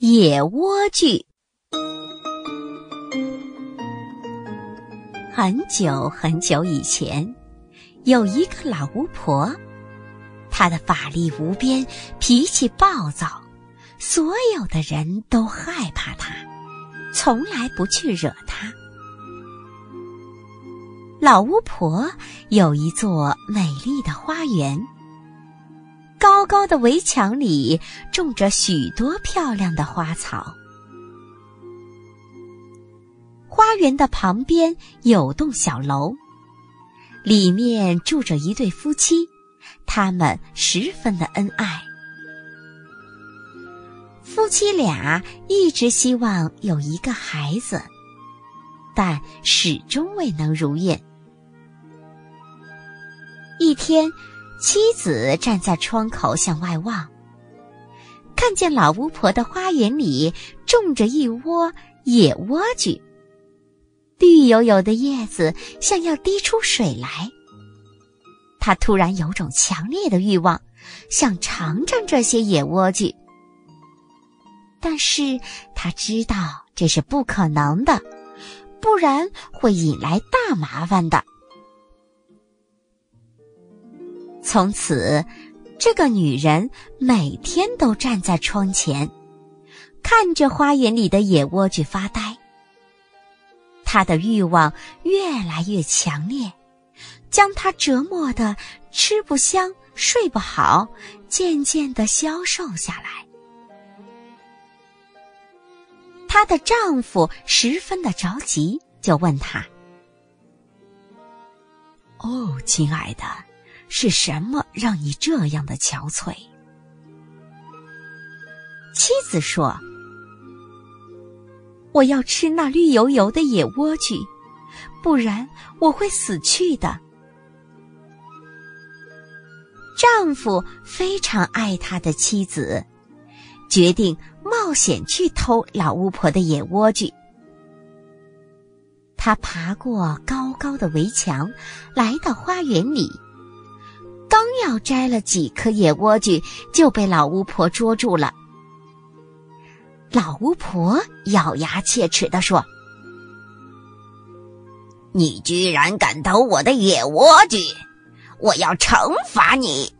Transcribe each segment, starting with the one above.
野莴苣。很久很久以前，有一个老巫婆，她的法力无边，脾气暴躁，所有的人都害怕她，从来不去惹她。老巫婆有一座美丽的花园，高高的围墙里种着许多漂亮的花草。花园的旁边有栋小楼，里面住着一对夫妻，他们十分的恩爱。夫妻俩一直希望有一个孩子，但始终未能如愿。一天，妻子站在窗口向外望，看见老巫婆的花园里种着一窝野莴苣，绿油油的叶子像要滴出水来。她突然有种强烈的欲望，想尝尝这些野莴苣，但是她知道这是不可能的，不然会引来大麻烦的。从此，这个女人每天都站在窗前，看着花园里的野莴苣发呆。她的欲望越来越强烈，将她折磨得吃不香，睡不好，渐渐地消瘦下来。她的丈夫十分的着急，就问她：“哦，亲爱的，是什么让你这样的憔悴？”妻子说：“我要吃那绿油油的野莴苣，不然我会死去的。”丈夫非常爱他的妻子，决定冒险去偷老巫婆的野莴苣。他爬过高高的围墙，来到花园里，刚要摘了几颗野莴苣，就被老巫婆捉住了。老巫婆咬牙切齿地说：“你居然敢偷我的野莴苣，我要惩罚你！”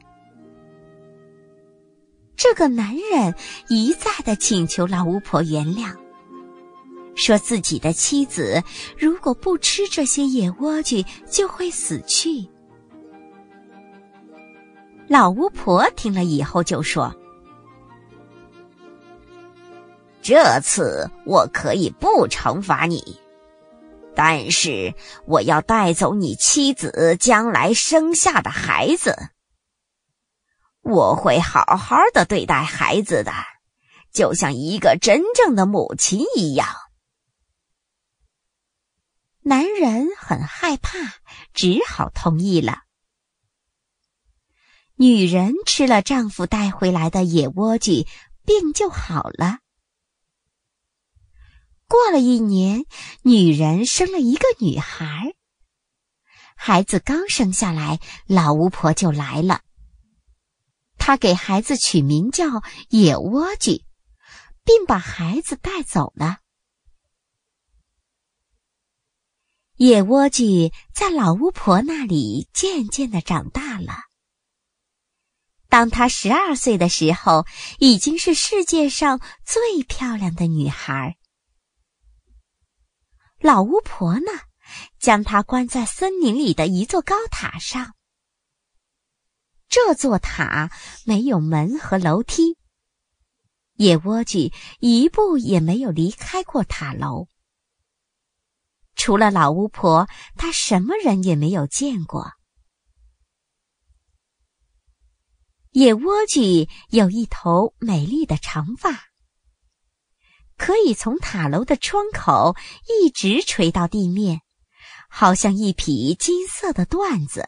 这个男人一再地请求老巫婆原谅，说自己的妻子如果不吃这些野莴苣就会死去。老巫婆听了以后就说：“这次我可以不惩罚你，但是我要带走你妻子将来生下的孩子。我会好好的对待孩子的，就像一个真正的母亲一样。”男人很害怕，只好同意了。女人吃了丈夫带回来的野莴苣，病就好了。过了1年，女人生了一个女孩。孩子刚生下来，老巫婆就来了。她给孩子取名叫野莴苣，并把孩子带走了。野莴苣在老巫婆那里渐渐地长大了。当她12岁的时候，已经是世界上最漂亮的女孩。老巫婆呢，将她关在森林里的一座高塔上。这座塔没有门和楼梯，野莴苣一步也没有离开过塔楼。除了老巫婆，她什么人也没有见过。野莴苣有一头美丽的长发，可以从塔楼的窗口一直垂到地面，好像一匹金色的缎子。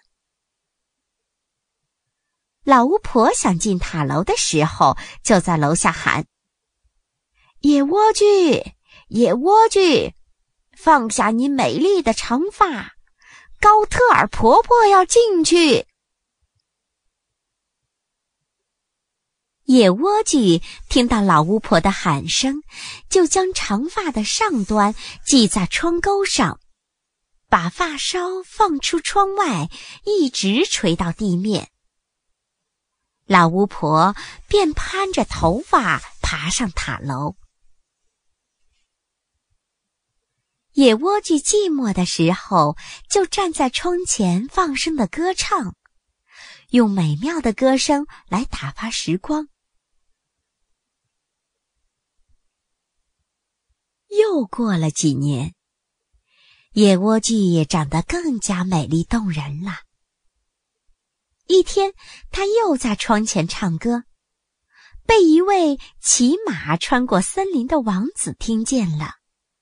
老巫婆想进塔楼的时候，就在楼下喊：“野莴苣，野莴苣，放下你美丽的长发，高特尔婆婆要进去。” 野莴苣听到老巫婆的喊声，就将长发的上端系在窗钩上，把发梢放出窗外，一直垂到地面。老巫婆便攀着头发爬上塔楼。野莴苣寂寞的时候，就站在窗前放声的歌唱，用美妙的歌声来打发时光。又过了几年，野莴苣也长得更加美丽动人了。一天，她又在窗前唱歌，被一位骑马穿过森林的王子听见了。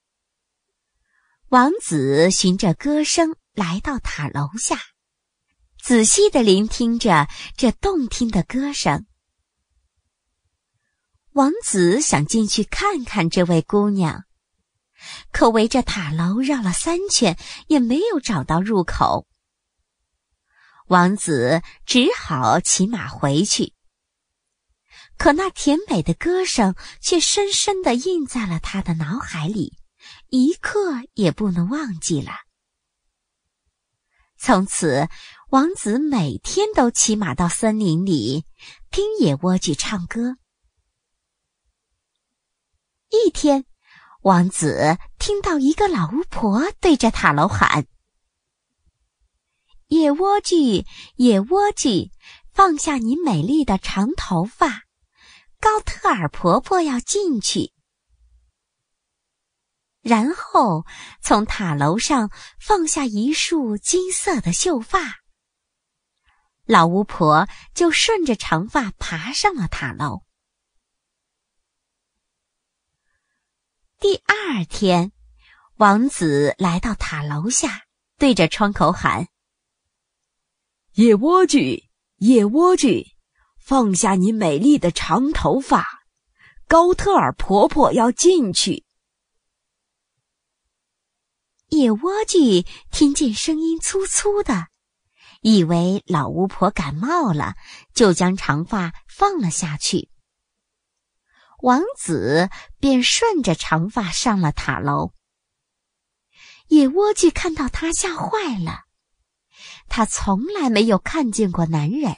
王子循着歌声来到塔楼下，仔细地聆听着这动听的歌声。王子想进去看看这位姑娘，可围着塔楼绕了3圈，也没有找到入口。王子只好骑马回去，可那甜美的歌声却深深地印在了他的脑海里，一刻也不能忘记了。从此，王子每天都骑马到森林里，听野莴苣唱歌。一天，王子听到一个老巫婆对着塔楼喊：“野莴苣，野莴苣，放下你美丽的长头发，高特尔婆婆要进去。”然后从塔楼上放下一束金色的秀发，老巫婆就顺着长发爬上了塔楼。第2天，王子来到塔楼下，对着窗口喊：“野莴苣，野莴苣，放下你美丽的长头发，高特尔婆婆要进去。”野莴苣听见声音粗粗的，以为老巫婆感冒了，就将长发放了下去。王子便顺着长发上了塔楼。野莴苣看到他吓坏了，他从来没有看见过男人。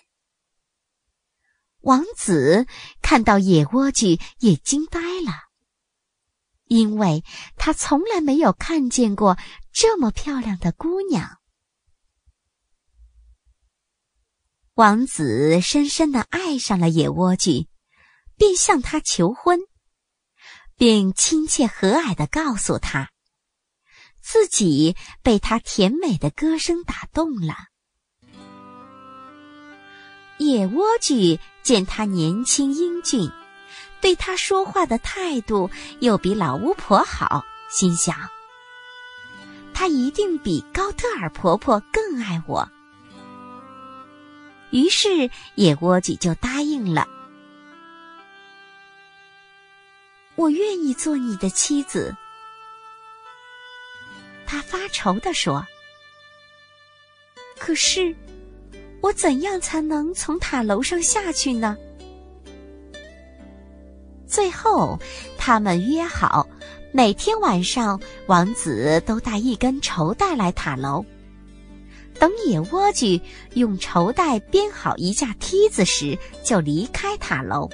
王子看到野莴苣也惊呆了，因为他从来没有看见过这么漂亮的姑娘。王子深深地爱上了野莴苣，便向她求婚，并亲切和蔼地告诉她，自己被她甜美的歌声打动了。野莴苣见他年轻英俊，对他说话的态度又比老巫婆好，心想，她一定比高特尔婆婆更爱我。于是野莴苣就答应了：“我愿意做你的妻子。”她发愁地说：“可是，我怎样才能从塔楼上下去呢？”最后，他们约好，每天晚上王子都带一根绸带来塔楼。等野莴苣用绸带编好一架梯子时，就离开塔楼。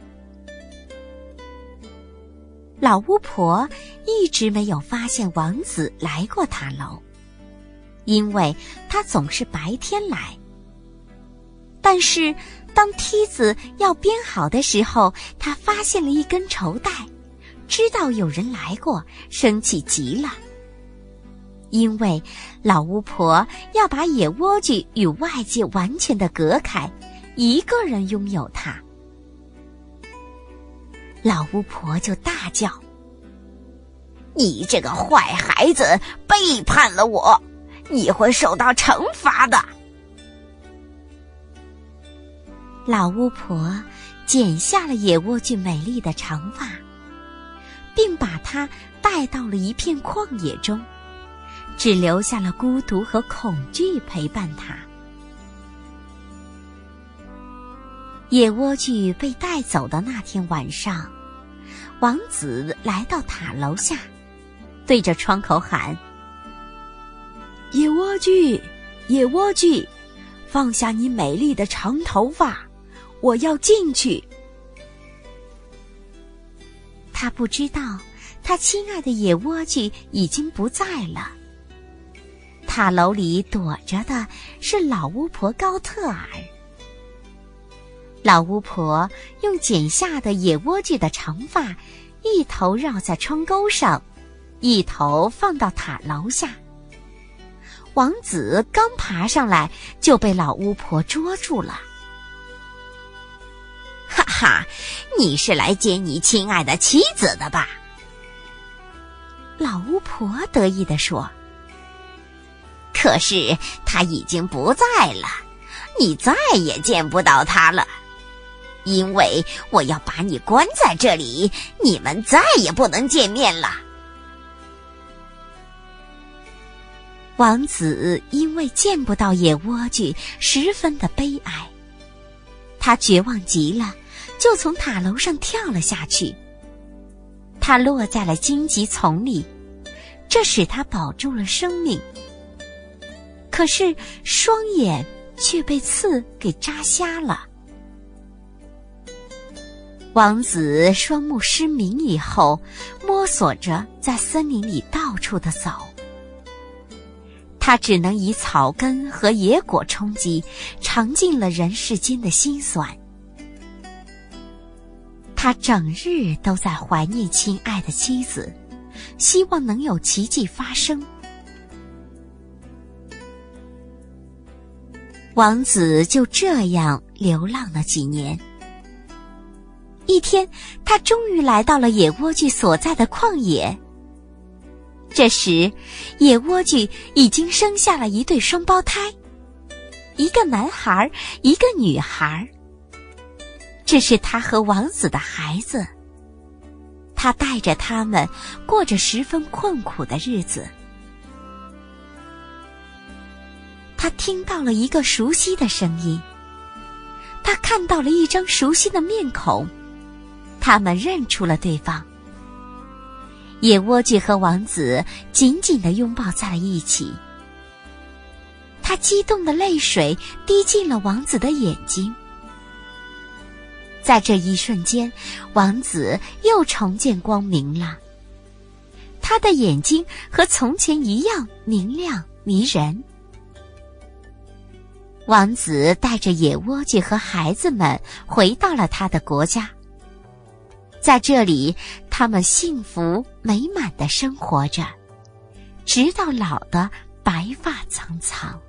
老巫婆一直没有发现王子来过塔楼，因为他总是白天来。但是当梯子要编好的时候，他发现了一根绸带，知道有人来过，生气极了。因为老巫婆要把野莴苣与外界完全的隔开，一个人拥有它。老巫婆就大叫：“你这个坏孩子，背叛了我，你会受到惩罚的。”老巫婆剪下了野莴苣美丽的长发，并把它带到了一片旷野中，只留下了孤独和恐惧陪伴她。 野莴苣被带走的那天晚上，王子来到塔楼下，对着窗口喊： 野莴苣，野莴苣，放下你美丽的长头发，我要进去。 他不知道，他亲爱的野莴苣已经不在了。塔楼里躲着的是老巫婆高特尔。老巫婆用剪下的野莴苣的长发，一头绕在窗钩上，一头放到塔楼下。王子刚爬上来，就被老巫婆捉住了。 哈哈，你是来接你亲爱的妻子的吧？ 老巫婆得意地说。 可是她已经不在了，你再也见不到她了。因为我要把你关在这里，你们再也不能见面了。 王子因为见不到野莴苣，十分的悲哀。他绝望极了，就从塔楼上跳了下去。他落在了荆棘丛里，这使他保住了生命。可是双眼却被刺给扎瞎了。王子双目失明以后，摸索着在森林里到处的走。他只能以草根和野果充饥，尝尽了人世间的辛酸。他整日都在怀念亲爱的妻子，希望能有奇迹发生。王子就这样流浪了几年。一天，他终于来到了野莴苣所在的旷野。这时，野莴苣已经生下了一对双胞胎，一个男孩，一个女孩。这是他和王子的孩子。他带着他们过着十分困苦的日子。他听到了一个熟悉的声音，他看到了一张熟悉的面孔，他们认出了对方。野莴苣和王子紧紧地拥抱在了一起。他激动的泪水滴进了王子的眼睛。在这一瞬间，王子又重见光明了。他的眼睛和从前一样明亮迷人。王子带着野莴苣和孩子们回到了他的国家。在这里，他们幸福美满地生活着，直到老得白发苍苍。